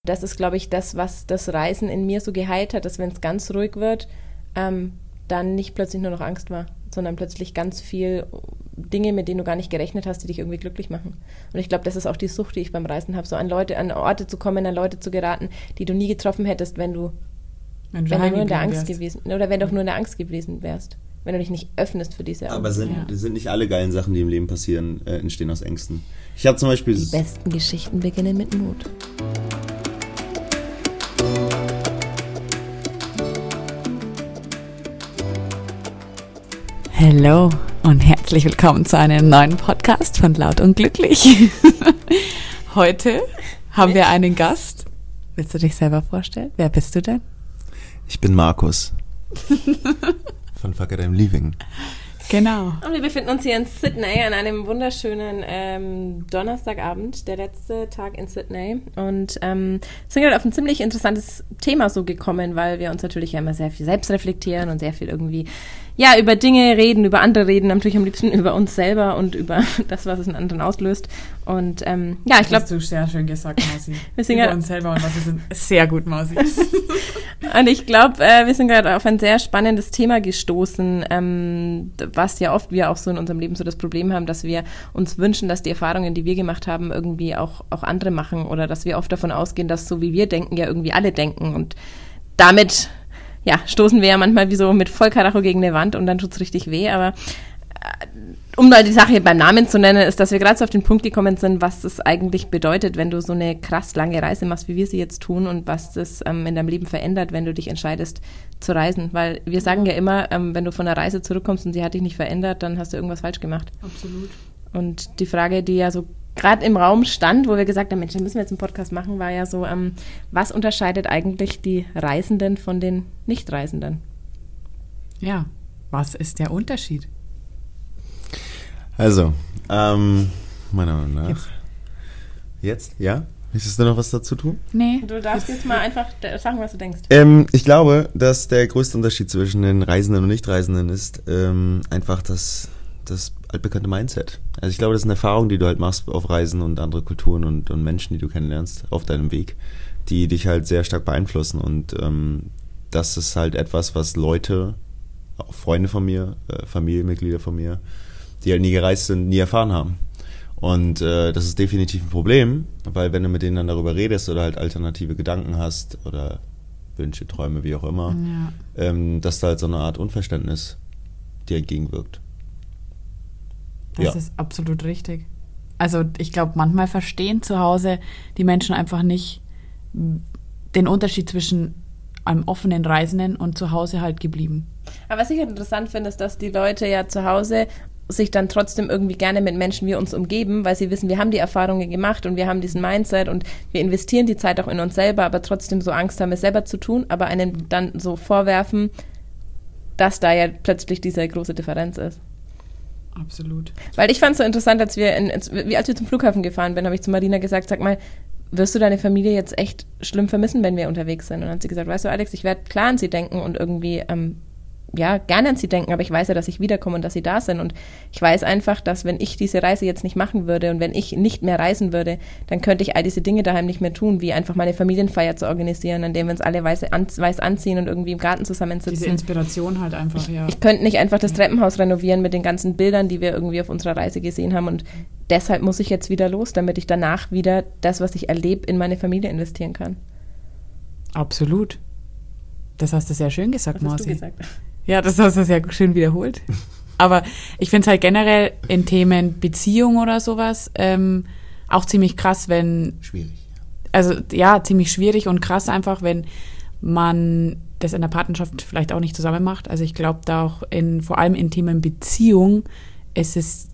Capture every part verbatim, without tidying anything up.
Das ist, glaube ich, das, was das Reisen in mir so geheilt hat, dass wenn es ganz ruhig wird, ähm, dann nicht plötzlich nur noch Angst war, sondern plötzlich ganz viel Dinge, mit denen du gar nicht gerechnet hast, die dich irgendwie glücklich machen. Und ich glaube, das ist auch die Sucht, die ich beim Reisen habe, so an Leute, an Orte zu kommen, an Leute zu geraten, die du nie getroffen hättest, wenn du, wenn du, wenn du nur in der Angst wärst. gewesen, oder wenn du auch nur in der Angst gewesen wärst. Wenn du dich nicht öffnest für diese Angst. Aber sind, ja. sind nicht alle geilen Sachen, die im Leben passieren, äh, entstehen aus Ängsten. Ich habe zum Beispiel... Die besten Geschichten beginnen mit Mut. Hallo und herzlich willkommen zu einem neuen Podcast von Laut und Glücklich. Heute haben wir einen Gast. Willst du dich selber vorstellen? Wer bist du denn? Ich bin Markus. Von Fuck It, I'm Leaving. Genau. Und wir befinden uns hier in Sydney an einem wunderschönen ähm, Donnerstagabend, der letzte Tag in Sydney. Und ähm, sind gerade auf ein ziemlich interessantes Thema so gekommen, weil wir uns natürlich ja immer sehr viel selbst reflektieren und sehr viel irgendwie ja über Dinge reden, über andere reden, natürlich am liebsten über uns selber und über das, was es in anderen auslöst. Und ähm, ja, ich glaube... Das hast du sehr schön gesagt, Mausi. Wir sind über grad, uns selber und was wir sind. Sehr gut, Mausi. Und ich glaube, äh, wir sind gerade auf ein sehr spannendes Thema gestoßen, ähm, was ja oft wir auch so in unserem Leben so das Problem haben, dass wir uns wünschen, dass die Erfahrungen, die wir gemacht haben, irgendwie auch, auch andere machen oder dass wir oft davon ausgehen, dass so wie wir denken, ja irgendwie alle denken und damit... Ja, stoßen wir ja manchmal wie so mit Vollkaracho gegen eine Wand und dann tut's richtig weh, aber äh, um mal die Sache beim Namen zu nennen, ist, dass wir gerade so auf den Punkt gekommen sind, was es eigentlich bedeutet, wenn du so eine krass lange Reise machst, wie wir sie jetzt tun und was das ähm, in deinem Leben verändert, wenn du dich entscheidest zu reisen, weil wir sagen ja immer, ähm, wenn du von einer Reise zurückkommst und sie hat dich nicht verändert, dann hast du irgendwas falsch gemacht. Absolut. Und die Frage, die ja so gerade im Raum stand, wo wir gesagt haben, Mensch, da müssen wir jetzt einen Podcast machen, war ja so, ähm, was unterscheidet eigentlich die Reisenden von den Nichtreisenden? Ja, was ist der Unterschied? Also, ähm, meiner Meinung nach. Jetzt? Jetzt? Ja? Möchtest du noch was dazu tun? Nee. Du darfst jetzt mal einfach sagen, was du denkst. Ähm, ich glaube, dass der größte Unterschied zwischen den Reisenden und Nichtreisenden ist ähm, einfach das, das altbekannte Mindset. Also ich glaube, das ist eine Erfahrung, die du halt machst auf Reisen und andere Kulturen und, und Menschen, die du kennenlernst auf deinem Weg, die dich halt sehr stark beeinflussen. Und ähm, das ist halt etwas, was Leute, auch Freunde von mir, äh, Familienmitglieder von mir, die halt nie gereist sind, nie erfahren haben. Und äh, das ist definitiv ein Problem, weil wenn du mit denen dann darüber redest oder halt alternative Gedanken hast oder Wünsche, Träume, wie auch immer, Ja. ähm, dass da halt so eine Art Unverständnis dir entgegenwirkt. Das Ja. ist absolut richtig. Also ich glaube, manchmal verstehen zu Hause die Menschen einfach nicht den Unterschied zwischen einem offenen Reisenden und zu Hause halt geblieben. Aber was ich halt interessant finde, ist, dass die Leute ja zu Hause sich dann trotzdem irgendwie gerne mit Menschen wie uns umgeben, weil sie wissen, wir haben die Erfahrungen gemacht und wir haben diesen Mindset und wir investieren die Zeit auch in uns selber, aber trotzdem so Angst haben, es selber zu tun, aber einen dann so vorwerfen, dass da ja plötzlich diese große Differenz ist. Absolut. Weil ich fand es so interessant, als wir, in, wie als wir zum Flughafen gefahren bin, habe ich zu Marina gesagt, sag mal, wirst du deine Familie jetzt echt schlimm vermissen, wenn wir unterwegs sind? Und dann hat sie gesagt, weißt du, Alex, ich werde klar an sie denken und irgendwie, ähm, ja, gerne an sie denken, aber ich weiß ja, dass ich wiederkomme und dass sie da sind. Und ich weiß einfach, dass wenn ich diese Reise jetzt nicht machen würde und wenn ich nicht mehr reisen würde, dann könnte ich all diese Dinge daheim nicht mehr tun, wie einfach meine Familienfeier zu organisieren, an dem wir uns alle weiß, an, weiß anziehen und irgendwie im Garten zusammensitzen. Diese Inspiration halt einfach, ja. Ich könnte nicht einfach das Treppenhaus renovieren mit den ganzen Bildern, die wir irgendwie auf unserer Reise gesehen haben. Und deshalb muss ich jetzt wieder los, damit ich danach wieder das, was ich erlebe, in meine Familie investieren kann. Absolut. Das hast du sehr schön gesagt, Was hast Marci. du gesagt? Ja, das hast du sehr schön wiederholt. Aber ich finde es halt generell in Themen Beziehung oder sowas ähm, auch ziemlich krass, wenn... Schwierig. Also ja, ziemlich schwierig und krass einfach, wenn man das in der Partnerschaft vielleicht auch nicht zusammen macht. Also ich glaube da auch in, vor allem in Themen Beziehung, es ist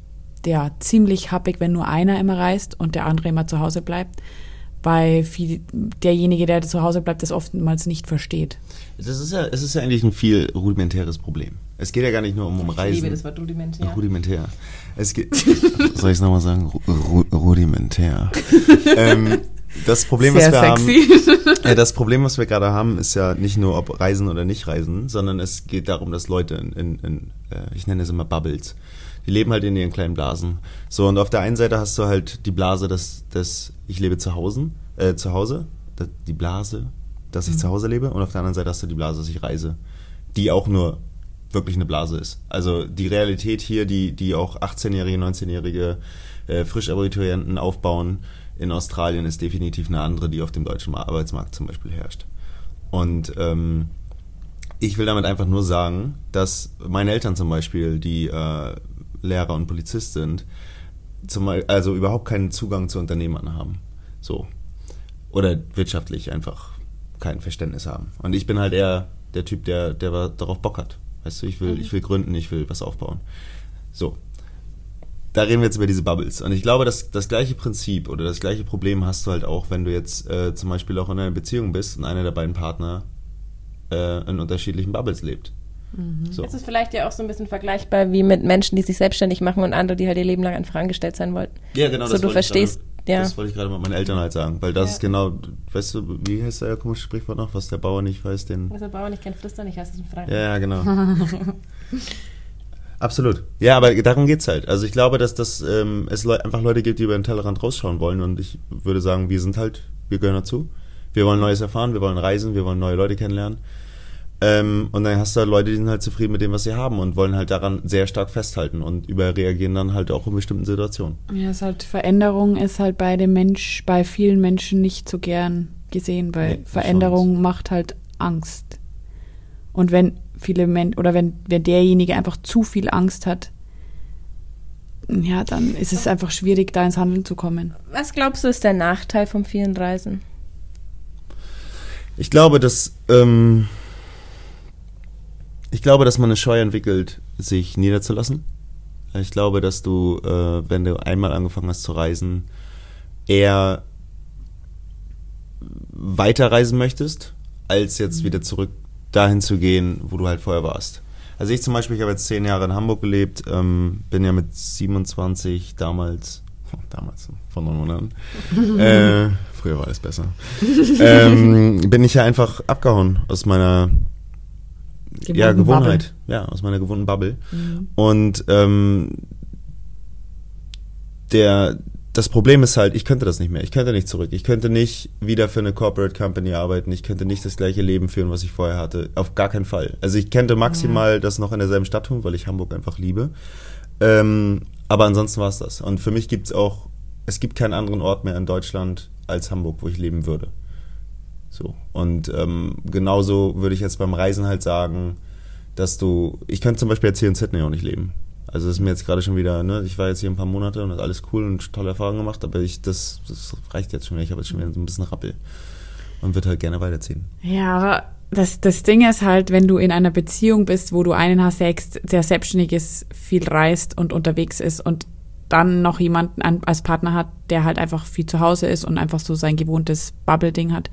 ja ziemlich happig, wenn nur einer immer reist und der andere immer zu Hause bleibt, weil viel, derjenige, der zu Hause bleibt, das oftmals nicht versteht. Das ist ja, es ist ja eigentlich ein viel rudimentäres Problem. Es geht ja gar nicht nur um, um Reisen. Ich liebe das Wort rudimentär. Rudimentär. Es geht, soll ich es nochmal sagen? Ru- rudimentär. ähm, das Problem, Sehr was wir sexy. haben, ja, das Problem, was wir gerade haben, ist ja nicht nur, ob Reisen oder nicht Reisen, sondern es geht darum, dass Leute in, in, in äh, ich nenne es immer Bubbles, die leben halt in ihren kleinen Blasen. So, und auf der einen Seite hast du halt die Blase des, des ich lebe zu Hause, äh, zu Hause, die Blase, dass ich mhm. zu Hause lebe, und auf der anderen Seite hast du die Blase, dass ich reise, die auch nur wirklich eine Blase ist. Also die Realität hier, die, die auch achtzehnjährige, neunzehnjährige äh, Frischabiturienten aufbauen in Australien, ist definitiv eine andere, die auf dem deutschen Arbeitsmarkt zum Beispiel herrscht. Und ähm, ich will damit einfach nur sagen, dass meine Eltern zum Beispiel, die äh, Lehrer und Polizist sind, zum, also überhaupt keinen Zugang zu Unternehmern haben. So. Oder wirtschaftlich einfach kein Verständnis haben. Und ich bin halt eher der Typ, der, der darauf Bock hat. Weißt du, ich will, mhm. ich will gründen, ich will was aufbauen. So. Da reden wir jetzt über diese Bubbles. Und ich glaube, dass das gleiche Prinzip oder das gleiche Problem hast du halt auch, wenn du jetzt äh, zum Beispiel auch in einer Beziehung bist und einer der beiden Partner äh, in unterschiedlichen Bubbles lebt. Mhm. So. Das ist vielleicht ja auch so ein bisschen vergleichbar wie mit Menschen, die sich selbstständig machen und andere, die halt ihr Leben lang einfach angestellt sein wollten. Ja, genau. So, das du verstehst, grade, ja. Das wollte ich gerade mit meinen Eltern halt sagen, weil das ja. ist genau, weißt du, wie heißt der komische Sprichwort noch, was der Bauer nicht weiß, den... Was der Bauer nicht kennt, frisst er nicht, heißt es in Franken. Ja, ja, genau. Absolut. Ja, aber darum geht's halt. Also ich glaube, dass das ähm, es le- einfach Leute gibt, die über den Tellerrand rausschauen wollen, und ich würde sagen, wir sind halt, wir gehören dazu. Wir wollen Neues erfahren, wir wollen reisen, wir wollen neue Leute kennenlernen. Ähm, und dann hast du halt Leute, die sind halt zufrieden mit dem, was sie haben und wollen halt daran sehr stark festhalten und überreagieren dann halt auch in bestimmten Situationen. Ja, es ist halt, Veränderung ist halt bei dem Mensch, bei vielen Menschen nicht so gern gesehen, weil nee, Veränderung macht halt Angst. Und wenn viele Menschen, oder wenn, wenn derjenige einfach zu viel Angst hat, ja, dann ist es einfach schwierig, da ins Handeln zu kommen. Was glaubst du, ist der Nachteil vom vielen Reisen? Ich glaube, dass ähm, ich glaube, dass man eine Scheu entwickelt, sich niederzulassen. Ich glaube, dass du, äh, wenn du einmal angefangen hast zu reisen, eher weiterreisen möchtest, als jetzt wieder zurück dahin zu gehen, wo du halt vorher warst. Also ich zum Beispiel, ich habe jetzt zehn Jahre in Hamburg gelebt, ähm, bin ja mit siebenundzwanzig damals, damals, vor neun Monaten, äh, früher war alles besser, ähm, bin ich ja einfach abgehauen aus meiner ja, Gewohnheit, Bubble. ja, aus meiner gewohnten Bubble. Mhm. Und ähm, der Das Problem ist halt, ich könnte das nicht mehr. Ich könnte nicht zurück. Ich könnte nicht wieder für eine Corporate Company arbeiten. Ich könnte nicht das gleiche Leben führen, was ich vorher hatte. Auf gar keinen Fall. Also ich könnte maximal ja. das noch in derselben Stadt tun, weil ich Hamburg einfach liebe. Ähm, aber ansonsten war es das. Und für mich gibt es auch, es gibt keinen anderen Ort mehr in Deutschland als Hamburg, wo ich leben würde. So. Und ähm, genauso würde ich jetzt beim Reisen halt sagen, dass du, ich könnte zum Beispiel jetzt hier in Sydney auch nicht leben. Also das ist mir jetzt gerade schon wieder, ne, ich war jetzt hier ein paar Monate und das ist alles cool und tolle Erfahrungen gemacht, aber ich, das, das reicht jetzt schon wieder. Ich habe jetzt schon wieder so ein bisschen Rappel und würde halt gerne weiterziehen. Ja, aber das, das Ding ist halt, wenn du in einer Beziehung bist, wo du einen hast, der sehr selbstständig ist, viel reist und unterwegs ist und dann noch jemanden als Partner hat, der halt einfach viel zu Hause ist und einfach so sein gewohntes Bubble-Ding hat.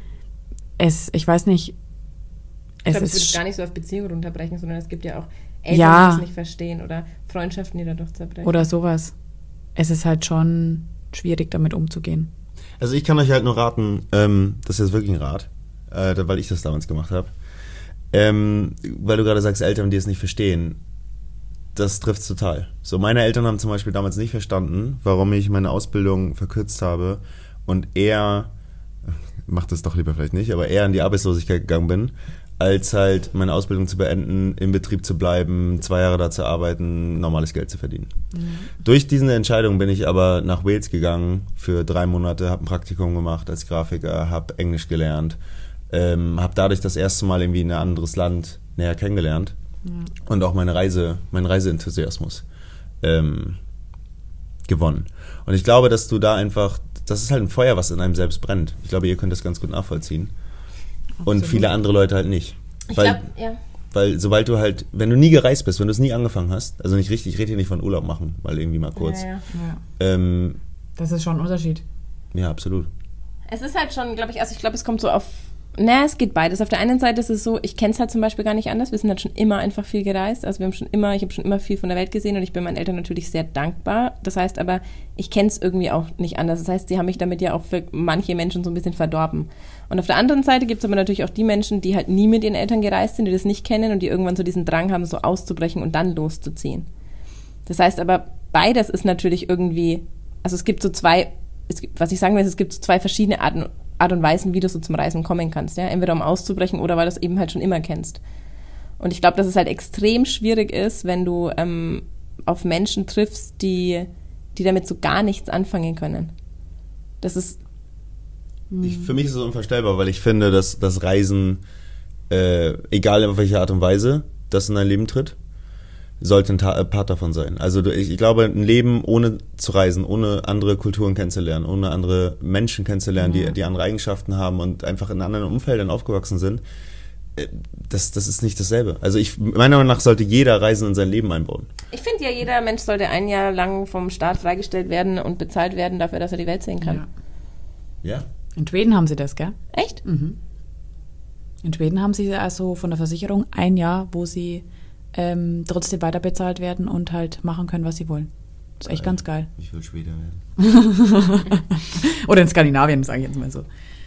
Es, ich weiß nicht. Ich glaube, es wird gar nicht so auf Beziehungen runterbrechen, sondern es gibt ja auch Eltern, ja. die es nicht verstehen oder Freundschaften, die dadurch zerbrechen. Oder sowas. Es ist halt schon schwierig, damit umzugehen. Also ich kann euch halt nur raten, ähm, das ist jetzt wirklich ein Rat, äh, weil ich das damals gemacht habe, ähm, weil du gerade sagst, Eltern, die es nicht verstehen, das trifft es total. So, meine Eltern haben zum Beispiel damals nicht verstanden, warum ich meine Ausbildung verkürzt habe und eher, mach das doch lieber vielleicht nicht, aber eher in die Arbeitslosigkeit gegangen bin, als halt meine Ausbildung zu beenden, im Betrieb zu bleiben, zwei Jahre da zu arbeiten, normales Geld zu verdienen. Mhm. Durch diese Entscheidung bin ich aber nach Wales gegangen für drei Monate, habe ein Praktikum gemacht als Grafiker, habe Englisch gelernt, ähm, habe dadurch das erste Mal irgendwie ein anderes Land näher kennengelernt mhm. und auch meine Reise, meinen Reiseenthusiasmus ähm, gewonnen. Und ich glaube, dass du da einfach, das ist halt ein Feuer, was in einem selbst brennt. Ich glaube, ihr könnt das ganz gut nachvollziehen. Und viele andere Leute halt nicht. Weil, ich glaub, ja. weil sobald du halt, wenn du nie gereist bist, wenn du es nie angefangen hast, also nicht richtig, ich rede hier nicht von Urlaub machen, weil irgendwie mal kurz. Ja, ja. Ja. Ähm, das ist schon ein Unterschied. Ja, absolut. Es ist halt schon, glaube ich, also ich glaube, es kommt so auf, naja, es geht beides. Auf der einen Seite ist es so, ich kenne es halt zum Beispiel gar nicht anders. Wir sind halt schon immer einfach viel gereist. Also wir haben schon immer, ich habe schon immer viel von der Welt gesehen und ich bin meinen Eltern natürlich sehr dankbar. Das heißt aber, ich kenne es irgendwie auch nicht anders. Das heißt, sie haben mich damit ja auch für manche Menschen so ein bisschen verdorben. Und auf der anderen Seite gibt es aber natürlich auch die Menschen, die halt nie mit ihren Eltern gereist sind, die das nicht kennen und die irgendwann so diesen Drang haben, so auszubrechen und dann loszuziehen. Das heißt aber, beides ist natürlich irgendwie, also es gibt so zwei, es gibt, was ich sagen will, ist, es gibt so zwei verschiedene Arten Art und Weisen, wie du so zum Reisen kommen kannst. Ja? Entweder um auszubrechen oder weil du es eben halt schon immer kennst. Und ich glaube, dass es halt extrem schwierig ist, wenn du ähm, auf Menschen triffst, die, die damit so gar nichts anfangen können. Das ist... Ich, für mich ist es unvorstellbar, weil ich finde, dass das Reisen, äh, egal auf welche Art und Weise das in dein Leben tritt, sollte ein Ta- Part davon sein. Also ich, ich glaube, ein Leben ohne zu reisen, ohne andere Kulturen kennenzulernen, ohne andere Menschen kennenzulernen, ja. die, die andere Eigenschaften haben und einfach in anderen Umfeldern aufgewachsen sind, das, das ist nicht dasselbe. Also ich, meiner Meinung nach sollte jeder Reisen in sein Leben einbauen. Ich finde ja, jeder Mensch sollte ein Jahr lang vom Staat freigestellt werden und bezahlt werden dafür, dass er die Welt sehen kann. Ja. ja. In Schweden haben sie das, gell? Echt? Mhm. In Schweden haben sie also von der Versicherung ein Jahr, wo sie ähm, trotzdem weiter bezahlt werden und halt machen können, was sie wollen. Das ist echt geil. Ganz geil. Ich will Schwede werden. Oder in Skandinavien, sage ich jetzt mal so.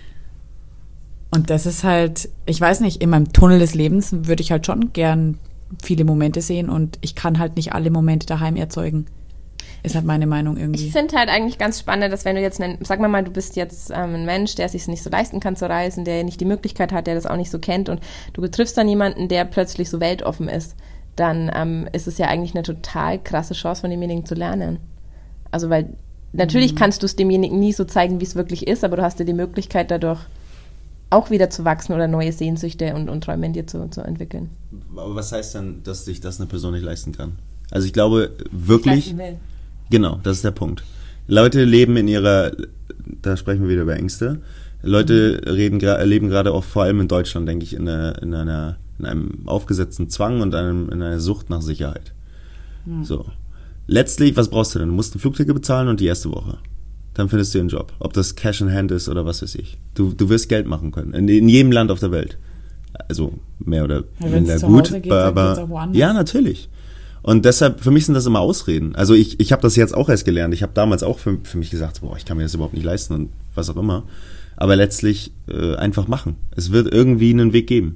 Und das ist halt, ich weiß nicht, in meinem Tunnel des Lebens würde ich halt schon gern viele Momente sehen und ich kann halt nicht alle Momente daheim erzeugen. Ist halt meine Meinung irgendwie. Ich finde halt eigentlich ganz spannend, dass wenn du jetzt, einen, sag mal mal, du bist jetzt ähm, ein Mensch, der es sich nicht so leisten kann zu reisen, der nicht die Möglichkeit hat, der das auch nicht so kennt und du triffst dann jemanden, der plötzlich so weltoffen ist, dann ähm, ist es ja eigentlich eine total krasse Chance von demjenigen zu lernen. Also weil, natürlich mhm. kannst du es demjenigen nie so zeigen, wie es wirklich ist, aber du hast ja die Möglichkeit dadurch auch wieder zu wachsen oder neue Sehnsüchte und, und Träume in dir zu, zu entwickeln. Aber was heißt dann, dass sich das eine Person nicht leisten kann? Also ich glaube wirklich... Ich will. Genau, das ist der Punkt. Leute leben in ihrer, da sprechen wir wieder über Ängste, Leute reden, leben gerade auch vor allem in Deutschland, denke ich, in, einer, in, einer, in einem aufgesetzten Zwang und einem, in einer Sucht nach Sicherheit. Mhm. So. Letztlich, was brauchst du denn? Du musst ein Flugticket bezahlen und die erste Woche. Dann findest du einen Job. Ob das Cash in Hand ist oder was weiß ich. Du, du wirst Geld machen können. In, in jedem Land auf der Welt. Also mehr oder ja, weniger gut. Geht, aber ja, natürlich. Und deshalb, für mich sind das immer Ausreden. Also ich, ich habe das jetzt auch erst gelernt. Ich habe damals auch für, für mich gesagt, boah, ich kann mir das überhaupt nicht leisten und was auch immer. Aber letztlich äh, einfach machen. Es wird irgendwie einen Weg geben.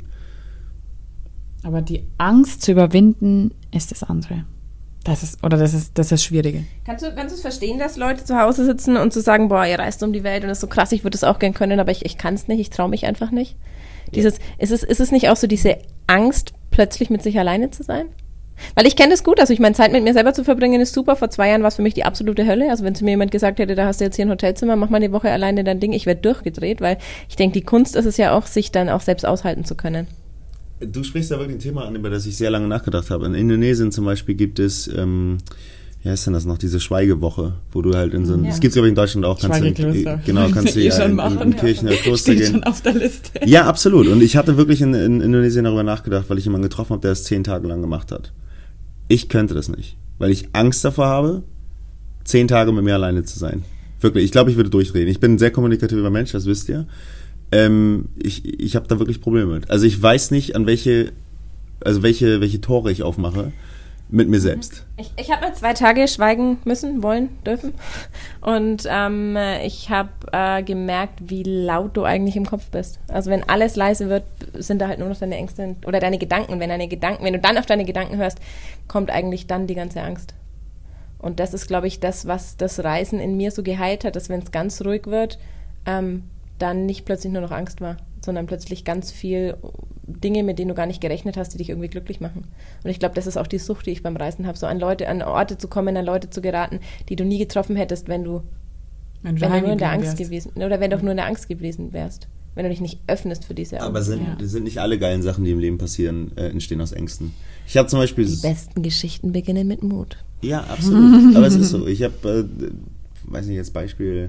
Aber die Angst zu überwinden ist das andere. Das ist, oder das ist, das ist das Schwierige. Kannst du, kannst du es verstehen, dass Leute zu Hause sitzen und zu sagen, boah, ihr reist um die Welt und das ist so krass, ich würde es auch gern können, aber ich, ich kann es nicht, ich traue mich einfach nicht. Ja. Dieses, ist es, ist es nicht auch so diese Angst, plötzlich mit sich alleine zu sein? Weil ich kenne das gut, also ich meine, Zeit mit mir selber zu verbringen ist super. Vor zwei Jahren war es für mich die absolute Hölle. Also wenn zu mir jemand gesagt hätte, da hast du jetzt hier ein Hotelzimmer, mach mal eine Woche alleine dein Ding, ich werde durchgedreht, weil ich denke, die Kunst ist es ja auch, sich dann auch selbst aushalten zu können. Du sprichst da wirklich ein Thema an, über das ich sehr lange nachgedacht habe. In Indonesien zum Beispiel gibt es, ähm, wie heißt denn das noch, diese Schweigewoche, wo du halt in so ein, ja. das gibt es glaube ich in Deutschland auch, kannst du in, genau, kannst du ja in, in, in Kirchen oder Kloster Steht gehen. Schon auf der Liste. Ja, absolut. Und ich hatte wirklich in, in Indonesien darüber nachgedacht, weil ich jemanden getroffen habe, der es zehn Tage lang gemacht hat. Ich könnte das nicht, weil ich Angst davor habe, zehn Tage mit mir alleine zu sein. Wirklich, ich glaube, ich würde durchdrehen. Ich bin ein sehr kommunikativer Mensch, das wisst ihr. Ähm, ich ich habe da wirklich Probleme mit. Also ich weiß nicht, an welche, also welche, welche Tore ich aufmache mit mir selbst. Ich, ich habe zwei Tage schweigen müssen, wollen, dürfen. Und ähm, ich habe äh, gemerkt, wie laut du eigentlich im Kopf bist. Also wenn alles leise wird, sind da halt nur noch deine Ängste oder deine Gedanken. Und wenn deine Gedanken, wenn du dann auf deine Gedanken hörst, kommt eigentlich dann die ganze Angst. Und das ist, glaube ich, das, was das Reisen in mir so geheilt hat, dass wenn es ganz ruhig wird, ähm, dann nicht plötzlich nur noch Angst war, sondern plötzlich ganz viel Dinge, mit denen du gar nicht gerechnet hast, die dich irgendwie glücklich machen. Und ich glaube, das ist auch die Sucht, die ich beim Reisen habe, so an Leute, an Orte zu kommen, an Leute zu geraten, die du nie getroffen hättest, wenn du, wenn du, wenn du nur in der Angst wärst. gewesen, oder wenn du auch nur in der Angst gewesen wärst, wenn du dich nicht öffnest für diese Angst. Aber sind, ja. sind nicht alle geilen Sachen, die im Leben passieren, äh, entstehen aus Ängsten. Ich habe zum Beispiel... Die besten Geschichten beginnen mit Mut. Ja, absolut. Aber es ist so. Ich habe, äh, weiß nicht, jetzt Beispiel...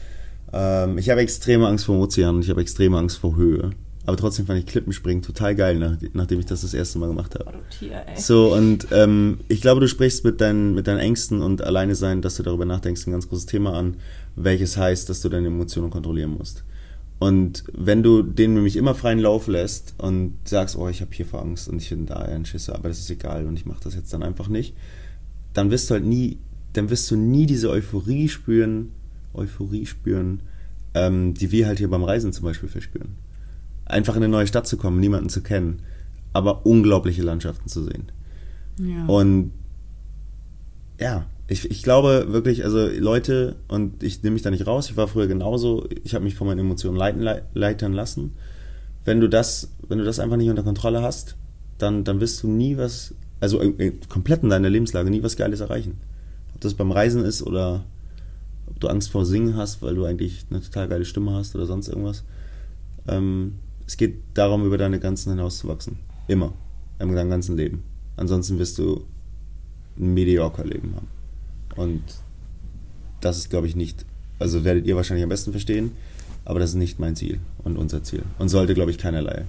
Ähm, ich habe extreme Angst vor dem Ozean und ich habe extreme Angst vor Höhe. Aber trotzdem fand ich Klippenspringen total geil, nach, nachdem ich das das erste Mal gemacht habe. Oh, Tier, ey. So, und ähm, ich glaube, du sprichst mit deinen, mit deinen Ängsten und alleine sein, dass du darüber nachdenkst, ein ganz großes Thema an, welches heißt, dass du deine Emotionen kontrollieren musst. Und wenn du denen nämlich immer freien Lauf lässt und sagst, oh, ich habe hier vor Angst und ich bin da ein Schisser, aber das ist egal und ich mache das jetzt dann einfach nicht, dann wirst du halt nie, dann wirst du nie diese Euphorie spüren, Euphorie spüren, ähm, die wir halt hier beim Reisen zum Beispiel verspüren. Einfach in eine neue Stadt zu kommen, niemanden zu kennen, aber unglaubliche Landschaften zu sehen. Ja. Und ja, Ich, ich glaube wirklich, also Leute, und ich nehme mich da nicht raus, ich war früher genauso, ich habe mich von meinen Emotionen leiten, leitern lassen. Wenn du das, wenn du das einfach nicht unter Kontrolle hast, dann, dann wirst du nie was, also äh, komplett in deiner Lebenslage nie was Geiles erreichen. Ob das beim Reisen ist oder ob du Angst vor Singen hast, weil du eigentlich eine total geile Stimme hast oder sonst irgendwas. Ähm, es geht darum, über deine Grenzen hinauszuwachsen. Immer. In deinem ganzen Leben. Ansonsten wirst du ein mediocre Leben haben. Und das ist, glaube ich, nicht, also werdet ihr wahrscheinlich am besten verstehen, aber das ist nicht mein Ziel und unser Ziel. Und sollte, glaube ich, keinerlei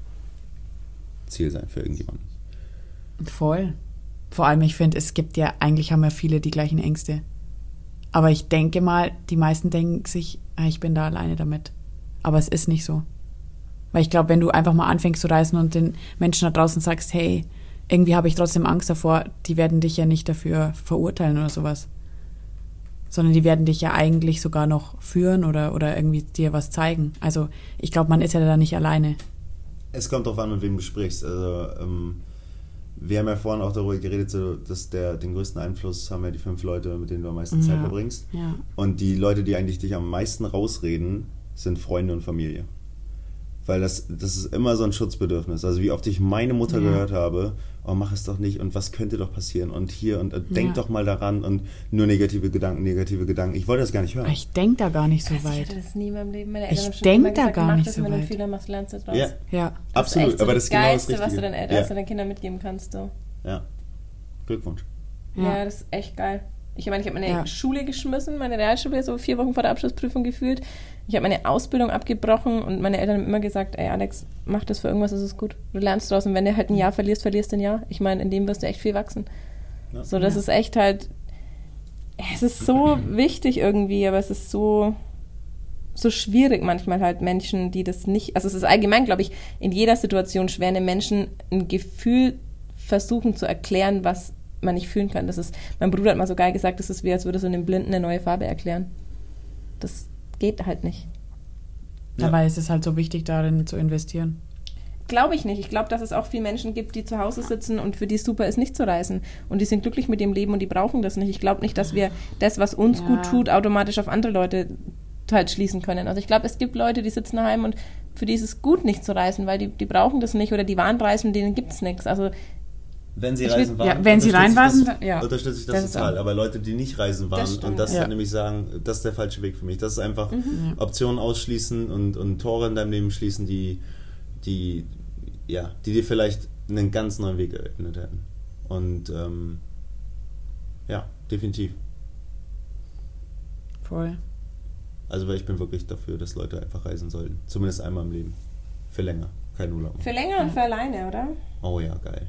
Ziel sein für irgendjemanden. Voll. Vor allem, ich finde, es gibt ja, eigentlich haben ja viele die gleichen Ängste. Aber ich denke mal, die meisten denken sich, ich bin da alleine damit. Aber es ist nicht so. Weil ich glaube, wenn du einfach mal anfängst zu reisen und den Menschen da draußen sagst, hey, irgendwie habe ich trotzdem Angst davor, die werden dich ja nicht dafür verurteilen oder sowas. Sondern die werden dich ja eigentlich sogar noch führen oder, oder irgendwie dir was zeigen. Also ich glaube, man ist ja da nicht alleine. Es kommt darauf an, mit wem du sprichst. Also ähm, wir haben ja vorhin auch darüber geredet, so, dass der, den größten Einfluss haben ja die fünf Leute, mit denen du am meisten Ja. Zeit verbringst. Ja. Und die Leute, die eigentlich dich am meisten rausreden, sind Freunde und Familie. Weil das, das ist immer so ein Schutzbedürfnis. Also wie oft ich meine Mutter Ja. gehört habe, oh, mach es doch nicht und was könnte doch passieren und hier und äh, denk Ja. doch mal daran und nur negative Gedanken, negative Gedanken. Ich wollte das gar nicht hören. Ich denke da gar nicht so Ich weit. hatte das nie in meinem Leben. Meine Ich Eltern haben schon denk immer da gesagt, gar mach nicht das, so wenn du einen weit. Fehler machst, lernst du draus. Ja, Ja. Das absolut. ist echt so aber das das ist genau das Geilste, was du Richtige. deinen Eltern, ja. was du deinen Kindern mitgeben kannst. So. ja. Glückwunsch. Ja. Ja. das ist echt geil. Ich meine, ich habe meine Ja. Schule geschmissen, meine Realschule, so vier Wochen vor der Abschlussprüfung gefühlt. Ich habe meine Ausbildung abgebrochen und meine Eltern haben immer gesagt, ey Alex, mach das für irgendwas, ist es gut. Du lernst draus und wenn du halt ein Jahr verlierst, verlierst du ein Jahr. Ich meine, in dem wirst du echt viel wachsen. Ja. So, das Ja. ist echt halt, es ist so wichtig irgendwie, aber es ist so, so schwierig manchmal halt Menschen, die das nicht, also es ist allgemein, glaube ich, in jeder Situation schwer, einem Menschen ein Gefühl versuchen zu erklären, was man nicht fühlen kann. Das ist, mein Bruder hat mal so geil gesagt, das ist wie, als würde so einem Blinden eine neue Farbe erklären. Das geht halt nicht. Ja. Dabei ist es halt so wichtig, darin zu investieren. Glaube ich nicht. Ich glaube, dass es auch viele Menschen gibt, die zu Hause sitzen und für die es super ist, nicht zu reisen. Und die sind glücklich mit dem Leben und die brauchen das nicht. Ich glaube nicht, dass wir das, was uns Ja. gut tut, automatisch auf andere Leute halt schließen können. Also ich glaube, es gibt Leute, die sitzen daheim und für die ist es gut, nicht zu reisen, weil die, die brauchen das nicht oder die waren reisen, denen gibt es nichts. Also Wenn sie Ich reisen will- waren, ja, wenn sie unterstütze ich reinreisen, das, dann- ja. unterstütze ich das, Das ist total. auch- Aber Leute, die nicht reisen waren Das stimmt. und das Ja. dann nämlich sagen, das ist der falsche Weg für mich. Das ist einfach Mhm. Optionen ausschließen und, und Tore in deinem Leben schließen, die, die, ja, die dir vielleicht einen ganz neuen Weg eröffnet hätten. Und ähm, ja, definitiv. Voll. Also weil ich bin wirklich dafür, dass Leute einfach reisen sollten. Zumindest einmal im Leben. Für länger. Kein Urlaub. für länger und für alleine, oder? Oh ja, geil.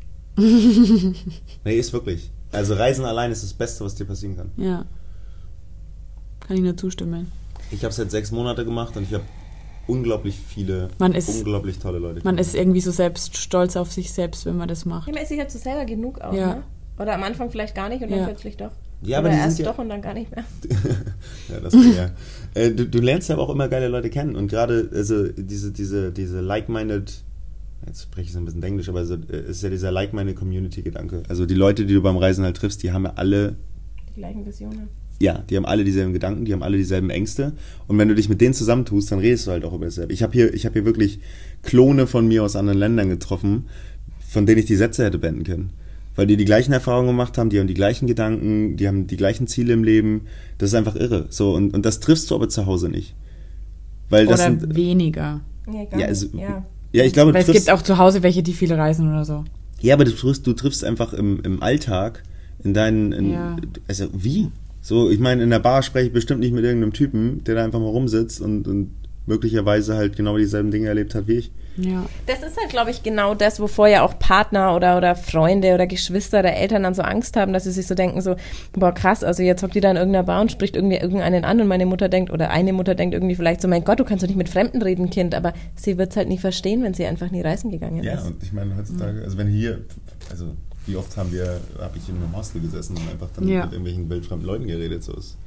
Nee, ist wirklich. Also Reisen allein ist das Beste, was dir passieren kann. Ja. Kann ich nur zustimmen. Ich habe es jetzt sechs Monate gemacht und ich habe unglaublich viele, Man ist- unglaublich tolle Leute. Man ist irgendwie so selbst stolz auf sich selbst, wenn man das macht. Ja, man ist sich halt so selber genug auch, Ja. ne? Oder am Anfang vielleicht gar nicht und dann Ja. plötzlich doch. Ja, aber Oder die erst sind ja- doch und dann gar nicht mehr. Ja, das war ja. Äh, du, du lernst ja auch immer geile Leute kennen und gerade also diese diese diese like-minded, jetzt spreche ich so ein bisschen Englisch, aber so, äh, ist ja dieser like-minded Community-Gedanke. Also die Leute, die du beim Reisen halt triffst, die haben ja alle, Die gleichen Visionen. ja, die haben alle dieselben Gedanken, die haben alle dieselben Ängste und wenn du dich mit denen zusammentust, dann redest du halt auch über dasselbe. Ich habe hier ich habe hier wirklich Klone von mir aus anderen Ländern getroffen, von denen ich die Sätze hätte beenden können. Weil die die gleichen Erfahrungen gemacht haben, die haben die gleichen Gedanken, die haben die gleichen Ziele im Leben. Das ist einfach irre. So, und, und das triffst du aber zu Hause nicht. Weil das Oder sind, weniger. Ja, gar ja, nicht. also, ja. ja, ich glaube, du Weil es triffst, gibt auch zu Hause welche, die viel reisen oder so. ja, aber du triffst, du triffst einfach im, im Alltag in deinen, in, Ja. also wie? So, ich meine, in der Bar spreche ich bestimmt nicht mit irgendeinem Typen, der da einfach mal rumsitzt und, und möglicherweise halt genau dieselben Dinge erlebt hat wie ich. Ja. Das ist halt, glaube ich, genau das, wovor ja auch Partner oder, oder Freunde oder Geschwister oder Eltern dann so Angst haben, dass sie sich so denken, so, boah, krass, also jetzt hockt die da in irgendeiner Bar und spricht irgendwie irgendeinen an und meine Mutter denkt, oder eine Mutter denkt irgendwie vielleicht so, mein Gott, du kannst doch nicht mit Fremden reden, Kind, aber sie wird es halt nie verstehen, wenn sie einfach nie reisen gegangen Ja, ist. und ich meine heutzutage, also wenn hier, also wie oft haben wir, habe ich in einem Hostel gesessen und einfach dann Ja. mit irgendwelchen wildfremden Leuten geredet, so ist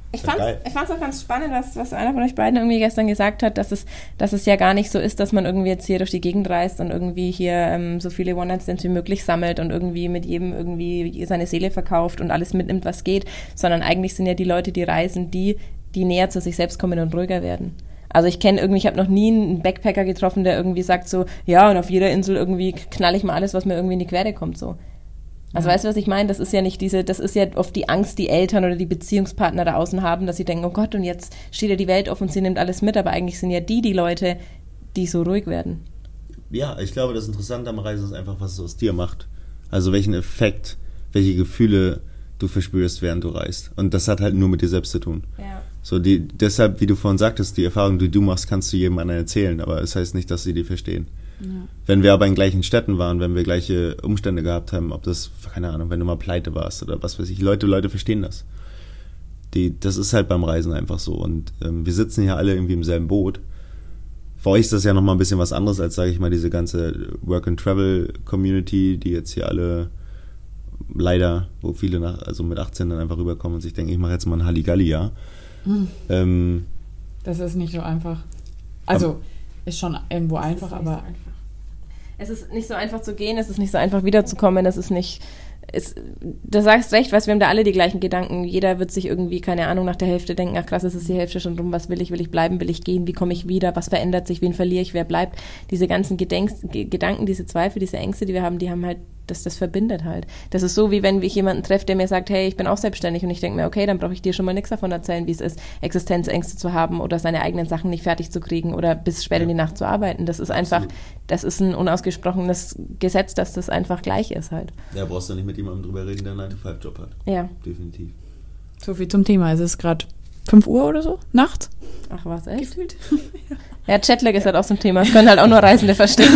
Ich fand es auch ganz spannend, was, was einer von euch beiden irgendwie gestern gesagt hat, dass es, dass es ja gar nicht so ist, dass man irgendwie jetzt hier durch die Gegend reist und irgendwie hier ähm, so viele One-Night-Stands wie möglich sammelt und irgendwie mit jedem irgendwie seine Seele verkauft und alles mitnimmt, was geht, sondern eigentlich sind ja die Leute, die reisen, die, die näher zu sich selbst kommen und ruhiger werden. Also ich kenne irgendwie, ich habe noch nie einen Backpacker getroffen, der irgendwie sagt so, ja, und auf jeder Insel irgendwie knall ich mal alles, was mir irgendwie in die Quere kommt, so. Also ja. Weißt du, was ich meine? Das ist ja nicht diese, das ist ja oft die Angst, die Eltern oder die Beziehungspartner da außen haben, dass sie denken, oh Gott, und jetzt steht ja die Welt auf und sie nimmt alles mit, aber eigentlich sind ja die die Leute, die so ruhig werden. Ja, ich glaube, das Interessante am Reisen ist einfach, was es aus dir macht. Also welchen Effekt, welche Gefühle du verspürst, während du reist. Und das hat halt nur mit dir selbst zu tun. Ja. So die, deshalb, wie du vorhin sagtest, die Erfahrung, die du machst, kannst du jedem anderen erzählen, aber es das heißt nicht, dass sie die verstehen. Ja. Wenn wir aber in gleichen Städten waren, wenn wir gleiche Umstände gehabt haben, ob das, keine Ahnung, wenn du mal pleite warst oder was weiß ich, Leute, Leute verstehen das. Die, das ist halt beim Reisen einfach so und ähm, wir sitzen hier alle irgendwie im selben Boot. Für euch ist das ja nochmal ein bisschen was anderes als, sage ich mal, diese ganze Work-and-Travel-Community, die jetzt hier alle leider, wo viele nach, also mit achtzehn dann einfach rüberkommen und sich denken, ich mache jetzt mal ein Halligalli-Jahr. Hm. Ähm, das ist nicht so einfach. Also, ist schon irgendwo einfach, aber... So einfach. Es ist nicht so einfach zu gehen, es ist nicht so einfach wiederzukommen, es ist nicht... Es, du sagst recht, weißt, wir haben da alle die gleichen Gedanken. Jeder wird sich irgendwie, keine Ahnung, nach der Hälfte denken, ach krass, es ist die Hälfte schon rum, was will ich, will ich bleiben, will ich gehen, wie komme ich wieder, was verändert sich, wen verliere ich, wer bleibt. Diese ganzen Gedenk- Gedanken, diese Zweifel, diese Ängste, die wir haben, die haben halt, das, das verbindet halt. Das ist so, wie wenn ich jemanden treffe, der mir sagt, hey, ich bin auch selbstständig und ich denke mir, okay, dann brauche ich dir schon mal nichts davon erzählen, wie es ist, Existenzängste zu haben oder seine eigenen Sachen nicht fertig zu kriegen oder bis spät in die Nacht zu arbeiten. Das ist einfach, das ist ein unausgesprochenes Gesetz, dass das einfach gleich ist halt. Ja, brauchst du nicht mit jemandem drüber reden, der einen nine to five Job hat. Ja. Definitiv. So viel zum Thema. Es ist gerade fünf Uhr oder so, nachts. Ach was, echt? Gefühlt. Ja, Jetlag ist halt auch so ein Thema. Das können halt auch nur Reisende verstehen.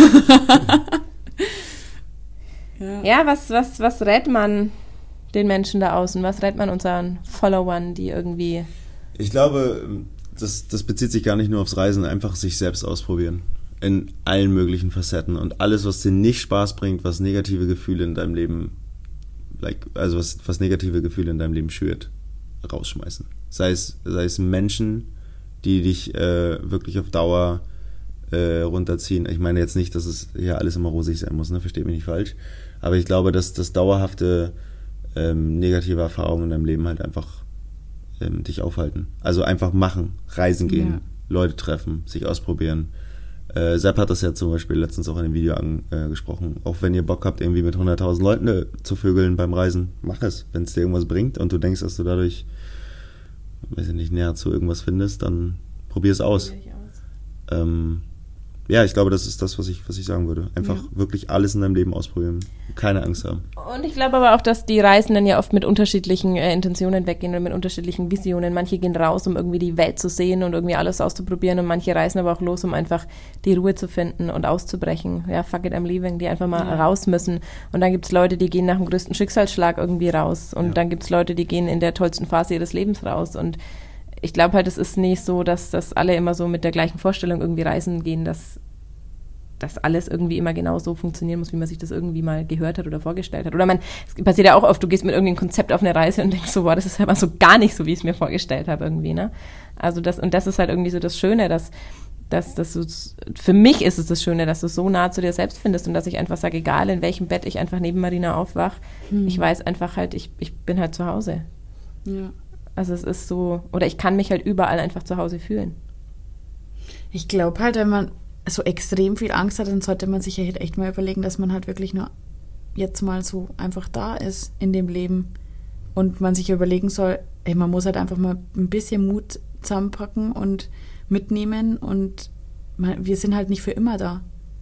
Ja, ja was, was, was rät man den Menschen da außen? Was rät man unseren Followern, die irgendwie... Ich glaube, das, das bezieht sich gar nicht nur aufs Reisen, einfach sich selbst ausprobieren. In allen möglichen Facetten. Und alles, was dir nicht Spaß bringt, was negative Gefühle in deinem Leben, like, also was, was negative Gefühle in deinem Leben schürt, rausschmeißen. Sei es, sei es Menschen, die dich äh, wirklich auf Dauer äh, runterziehen. Ich meine jetzt nicht, dass es hier alles immer rosig sein muss, ne? Versteht mich nicht falsch. Aber ich glaube, dass das dauerhafte ähm, negative Erfahrungen in deinem Leben halt einfach ähm, dich aufhalten. Also einfach machen, reisen gehen, ja. Leute treffen, sich ausprobieren. Äh, Sepp hat das ja zum Beispiel letztens auch in dem Video angesprochen. Äh, auch wenn ihr Bock habt, irgendwie mit hunderttausend Leuten äh, zu vögeln beim Reisen, mach es. Wenn es dir irgendwas bringt und du denkst, dass du dadurch, weiß ich nicht, näher zu irgendwas findest, dann probier es aus. Probier ich aus. Ähm, ja, ich glaube, das ist das, was ich, was ich sagen würde. Einfach ja. wirklich alles in deinem Leben ausprobieren. Keine Angst haben. Und ich glaube aber auch, dass die Reisenden ja oft mit unterschiedlichen äh, Intentionen weggehen und mit unterschiedlichen Visionen. Manche gehen raus, um irgendwie die Welt zu sehen und irgendwie alles auszuprobieren und manche reisen aber auch los, um einfach die Ruhe zu finden und auszubrechen. Ja, fuck it, I'm leaving, die einfach mal ja. raus müssen. Und dann gibt's Leute, die gehen nach dem größten Schicksalsschlag irgendwie raus. Und ja. dann gibt's Leute, die gehen in der tollsten Phase ihres Lebens raus. Und ich glaube halt, es ist nicht so, dass das alle immer so mit der gleichen Vorstellung irgendwie reisen gehen, dass dass alles irgendwie immer genau so funktionieren muss, wie man sich das irgendwie mal gehört hat oder vorgestellt hat. Oder man, es passiert ja auch oft, du gehst mit irgendeinem Konzept auf eine Reise und denkst so, boah, das ist aber so gar nicht so, wie ich es mir vorgestellt habe irgendwie, ne? Also das, und das ist halt irgendwie so das Schöne, dass, dass, dass du, für mich ist es das Schöne, dass du so nah zu dir selbst findest und dass ich einfach sage, egal in welchem Bett ich einfach neben Marina aufwache, hm. ich weiß einfach halt, ich, ich bin halt zu Hause. Ja. Also es ist so, oder ich kann mich halt überall einfach zu Hause fühlen. Ich glaube halt, wenn man so extrem viel Angst hat, dann sollte man sich ja echt mal überlegen, dass man halt wirklich nur jetzt mal so einfach da ist in dem Leben und man sich überlegen soll, ey, man muss halt einfach mal ein bisschen Mut zusammenpacken und mitnehmen und man, wir sind halt nicht für immer da.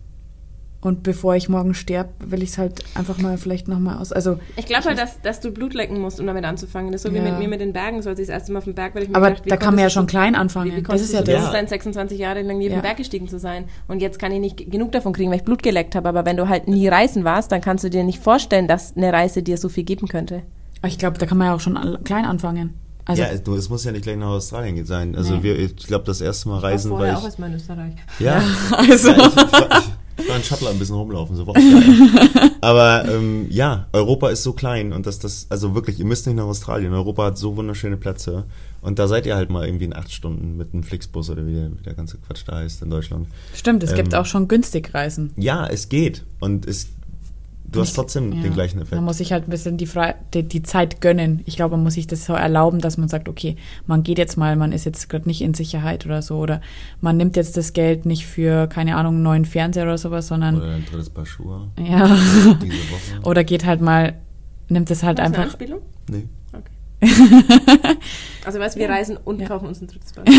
Und bevor ich morgen sterbe, will ich es halt einfach mal vielleicht nochmal aus. Also ich glaube halt, dass, dass du Blut lecken musst, um damit anzufangen. Das ist so ja. wie mit mir mit den Bergen. So als ich das erste Mal auf dem Berg, weil ich mir aber gedacht, da kann man ja schon klein anfangen. Wie, wie das ist ja so das. sein, sechsundzwanzig Jahre lang neben ja. den Berg gestiegen zu sein. Und jetzt kann ich nicht genug davon kriegen, weil ich Blut geleckt habe. Aber wenn du halt nie reisen warst, dann kannst du dir nicht vorstellen, dass eine Reise dir so viel geben könnte. Ich glaube, da kann man ja auch schon klein anfangen. Also ja, es muss ja nicht gleich nach Australien sein. Also nee. wir, ich glaube, das erste Mal ich reisen, war weil ich... auch erstmal in Österreich. Ja, also... Ja, ich, ich, ich, ich mal einen Shuttle ein bisschen rumlaufen, so geil. Aber ähm, ja, Europa ist so klein und das, das, also wirklich, ihr müsst nicht nach Australien. Europa hat so wunderschöne Plätze und da seid ihr halt mal irgendwie in acht Stunden mit einem Flixbus oder wie der, wie der ganze Quatsch da heißt in Deutschland. Stimmt, es ähm, gibt auch schon günstig Reisen. Ja, es geht und es du hast trotzdem ja. den gleichen Effekt. Man muss sich halt ein bisschen die, Fre- die, die Zeit gönnen. Ich glaube, man muss sich das so erlauben, dass man sagt, okay, man geht jetzt mal, man ist jetzt gerade nicht in Sicherheit oder so. Oder man nimmt jetzt das Geld nicht für, keine Ahnung, einen neuen Fernseher oder sowas, sondern... Oder ein drittes Paar Schuhe. Ja. Diese Woche. Oder geht halt mal, nimmt es halt Hast du eine einfach... Anspielung? Nee. Okay. Also weißt, wir reisen und ja. kaufen uns ein drittes Paar.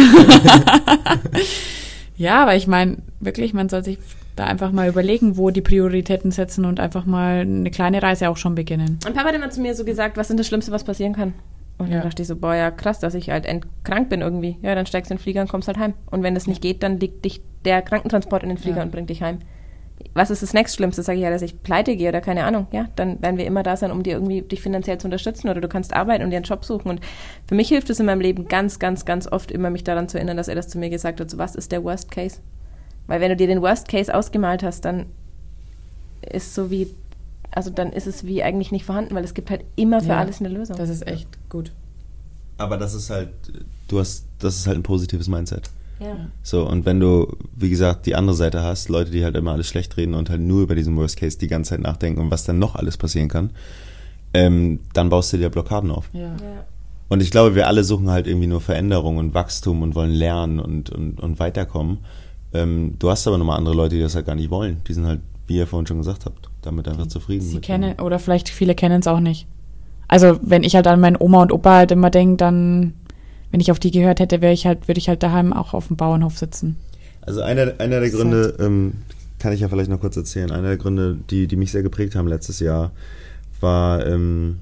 Ja, aber ich meine, wirklich, man soll sich da einfach mal überlegen, wo die Prioritäten setzen und einfach mal eine kleine Reise auch schon beginnen. Und Papa hat immer zu mir so gesagt, was ist das Schlimmste, was passieren kann? Und Ja. dann dachte ich so, boah, ja krass, dass ich halt krank bin irgendwie. Ja, dann steigst du in den Flieger und kommst halt heim. Und wenn das nicht geht, dann liegt dich der Krankentransport in den Flieger Ja. und bringt dich heim. Was ist das nächstschlimmste? Sage ich ja, dass ich pleite gehe oder keine Ahnung. Ja, dann werden wir immer da sein, um dir irgendwie dich finanziell zu unterstützen oder du kannst arbeiten und dir einen Job suchen. Und für mich hilft es in meinem Leben ganz, ganz, ganz oft immer, mich daran zu erinnern, dass er das zu mir gesagt hat, so was ist der Worst Case? Weil wenn du dir den Worst Case ausgemalt hast, dann ist so wie, also dann ist es wie eigentlich nicht vorhanden, weil es gibt halt immer für Ja, alles eine Lösung. Das ist echt gut. Aber das ist halt, du hast, das ist halt ein positives Mindset. Ja. So, und wenn du, wie gesagt, die andere Seite hast, Leute, die halt immer alles schlecht reden und halt nur über diesen Worst Case die ganze Zeit nachdenken und was dann noch alles passieren kann, ähm, dann baust du dir Blockaden auf. Ja. Ja. Und ich glaube, wir alle suchen halt irgendwie nur Veränderung und Wachstum und wollen lernen und, und, und weiterkommen. Ähm, du hast aber nochmal andere Leute, die das halt gar nicht wollen. Die sind halt, wie ihr vorhin schon gesagt habt, damit einfach zufrieden. Sie mit kennen, oder vielleicht viele kennen es auch nicht. Also wenn ich halt an meine Oma und Opa halt immer denke, dann, wenn ich auf die gehört hätte, wäre ich halt, würde ich halt daheim auch auf dem Bauernhof sitzen. Also einer, einer der Das Gründe, ähm, kann ich ja vielleicht noch kurz erzählen, einer der Gründe, die, die mich sehr geprägt haben letztes Jahr, war ähm,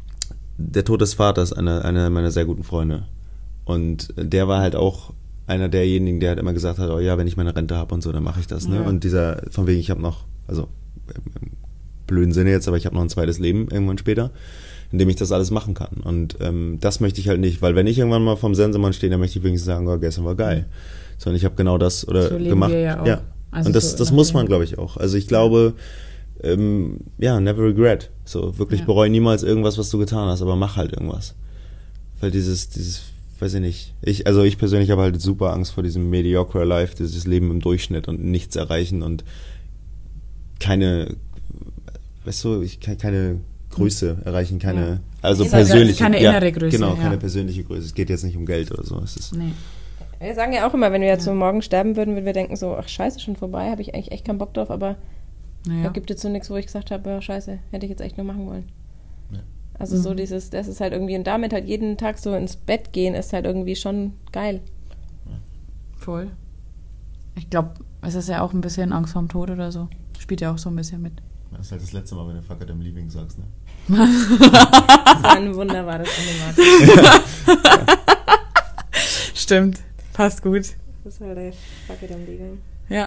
der Tod des Vaters einer, einer meiner sehr guten Freunde. Und der war halt auch einer derjenigen, der halt immer gesagt hat, oh ja, wenn ich meine Rente habe und so, dann mache ich das. Ne? Ja. Und dieser, von wegen, ich habe noch, also im blöden Sinne jetzt, aber ich habe noch ein zweites Leben irgendwann später, in dem ich das alles machen kann. Und ähm, das möchte ich halt nicht, weil wenn ich irgendwann mal vom Sensemann stehe, dann möchte ich wenigstens sagen, oh, gestern war geil. Sondern ich habe genau das oder So leben gemacht. wir ja auch. Ja. Also und das, so das nach muss dem- man, glaube ich, auch. Also ich glaube, ähm, ja, never regret. So, wirklich Ja. bereue niemals irgendwas, was du getan hast, aber mach halt irgendwas. Weil dieses, dieses, weiß ich nicht. Ich, also ich persönlich habe halt super Angst vor diesem mediocre Life, dieses Leben im Durchschnitt und nichts erreichen und keine, weißt du, ich kann keine Größe erreichen, keine, Ja. also Innere- persönliche. keine ja, innere Größe, Genau, ja. keine persönliche Größe. Es geht jetzt nicht um Geld oder so. Es ist, Nee. Wir sagen ja auch immer, wenn wir jetzt so morgen sterben würden, würden wir denken so, ach scheiße, schon vorbei, habe ich eigentlich echt keinen Bock drauf, aber da Naja. gibt jetzt so nichts, wo ich gesagt habe, ja scheiße, hätte ich jetzt echt nur machen wollen. Ja. Also so Mhm. dieses, das ist halt irgendwie, und damit halt jeden Tag so ins Bett gehen, ist halt irgendwie schon geil. Voll. Ich glaube, es ist ja auch ein bisschen Angst vorm Tod oder so. Spielt ja auch so ein bisschen mit. das ist halt das letzte Mal, wenn du Fuck it, I'm leaving sagst, ne? Das war ein wunderbares Ende, Martin. Stimmt. Passt gut. Das ist halt der Fuck it, I'm leaving. Ja.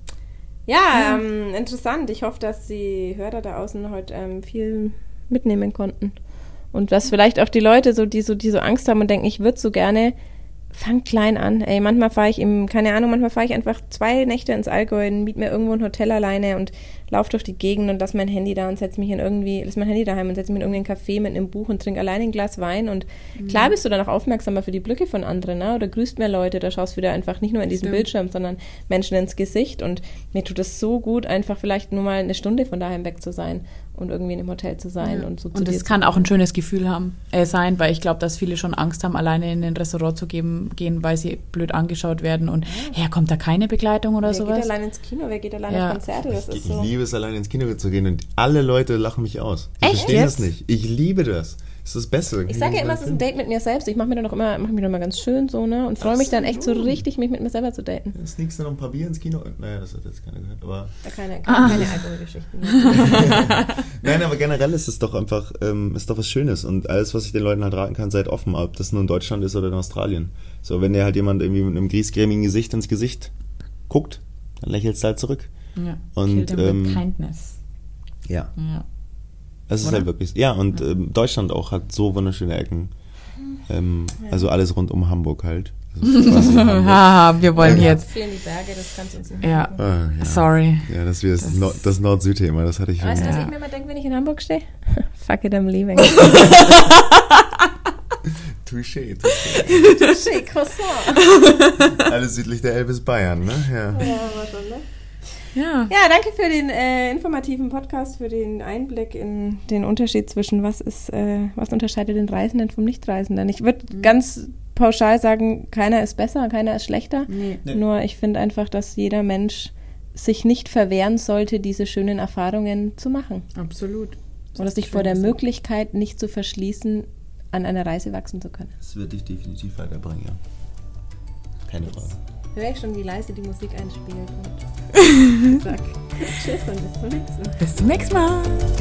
Ja, ähm, interessant. Ich hoffe, dass die Hörer da außen heute ähm, viel mitnehmen konnten. Und dass vielleicht auch die Leute, so, die, so, die so Angst haben und denken, ich würde so gerne, fang klein an. Ey, manchmal fahre ich im, keine Ahnung, manchmal fahre ich einfach zwei Nächte ins Allgäu, miet mir irgendwo ein Hotel alleine und laufe durch die Gegend und lass mein Handy da und setz mich in irgendwie, lass mein Handy daheim und setz mich in irgendein Café mit einem Buch und trinke alleine ein Glas Wein. Und klar bist du dann auch aufmerksamer für die Blicke von anderen, ne? Oder grüßt mehr Leute, da schaust du wieder einfach nicht nur in diesen Stimmt. Bildschirm, sondern Menschen ins Gesicht. Und mir tut es so gut, einfach vielleicht nur mal eine Stunde von daheim weg zu sein und irgendwie in einem Hotel zu sein. Ja. Und so zu Und dir es zu kann auch kommen. ein schönes Gefühl haben, äh, sein, weil ich glaube, dass viele schon Angst haben, alleine in ein Restaurant zu geben, gehen, weil sie blöd angeschaut werden und ja, kommt da keine Begleitung oder Wer sowas? geht allein ins Kino, wer geht allein Ja. auf Konzerte? Das Ich, ist ich so. liebe es, alleine ins Kino zu gehen und alle Leute lachen mich aus. Die Echt verstehen jetzt? das nicht. Ich liebe das. Das ist das Beste. Ich sage ja immer, es ist ein Date mit mir selbst. Ich mache mir dann auch immer, mache mich dann immer ganz schön so, ne? Und freue mich dann echt so Absolut. richtig, mich mit mir selber zu daten. Dann sneakst du noch ein paar Bier ins Kino. Naja, das hat jetzt keiner gehört. Aber Da keine, Ah. keine, keine Alkoholgeschichten. nein, aber generell ist es doch einfach, ähm, ist doch was Schönes. Und alles, was ich den Leuten halt raten kann, seid offen, ob das nur in Deutschland ist oder in Australien. So, wenn dir halt jemand irgendwie mit einem griesgrämigen Gesicht ins Gesicht guckt, dann lächelst du halt zurück. Ja. Und, Kill them ähm, with kindness. Ja. Ja. Es ist Oder? halt wirklich, ja, und ähm, Deutschland auch hat so wunderschöne Ecken. Ähm, Ja. Also alles rund um Hamburg halt. Haha, wir wollen Ja, jetzt. fehlen die Berge, das kannst du uns nicht Ja, Ah, ja. sorry. Ja, das ist das, Das- Nord- das Nord-Süd-Thema, das hatte ich schon. Weißt du, was Ja. ich mir immer denke, wenn ich in Hamburg stehe? Fuck it, I'm leaving. Touché, touché. Touché, Croissant. Alles südlich der Elbe ist Bayern, ne? Ja. Ja, war schon, ne? Ja. Ja, danke für den äh, informativen Podcast, für den Einblick in den Unterschied zwischen was ist, äh, was unterscheidet den Reisenden vom Nichtreisenden. Ich würde Mhm. ganz pauschal sagen, keiner ist besser, keiner ist schlechter. Nee. Nee. Nur ich finde einfach, dass jeder Mensch sich nicht verwehren sollte, diese schönen Erfahrungen zu machen. Absolut. Oder sich vor der Möglichkeit nicht zu verschließen, an einer Reise wachsen zu können. Das wird dich definitiv weiterbringen, ja. Keine Frage. Höre ich schon, wie leise die Musik einspielt. Und sag tschüss und bis zum nächsten Mal. Bis zum nächsten Mal.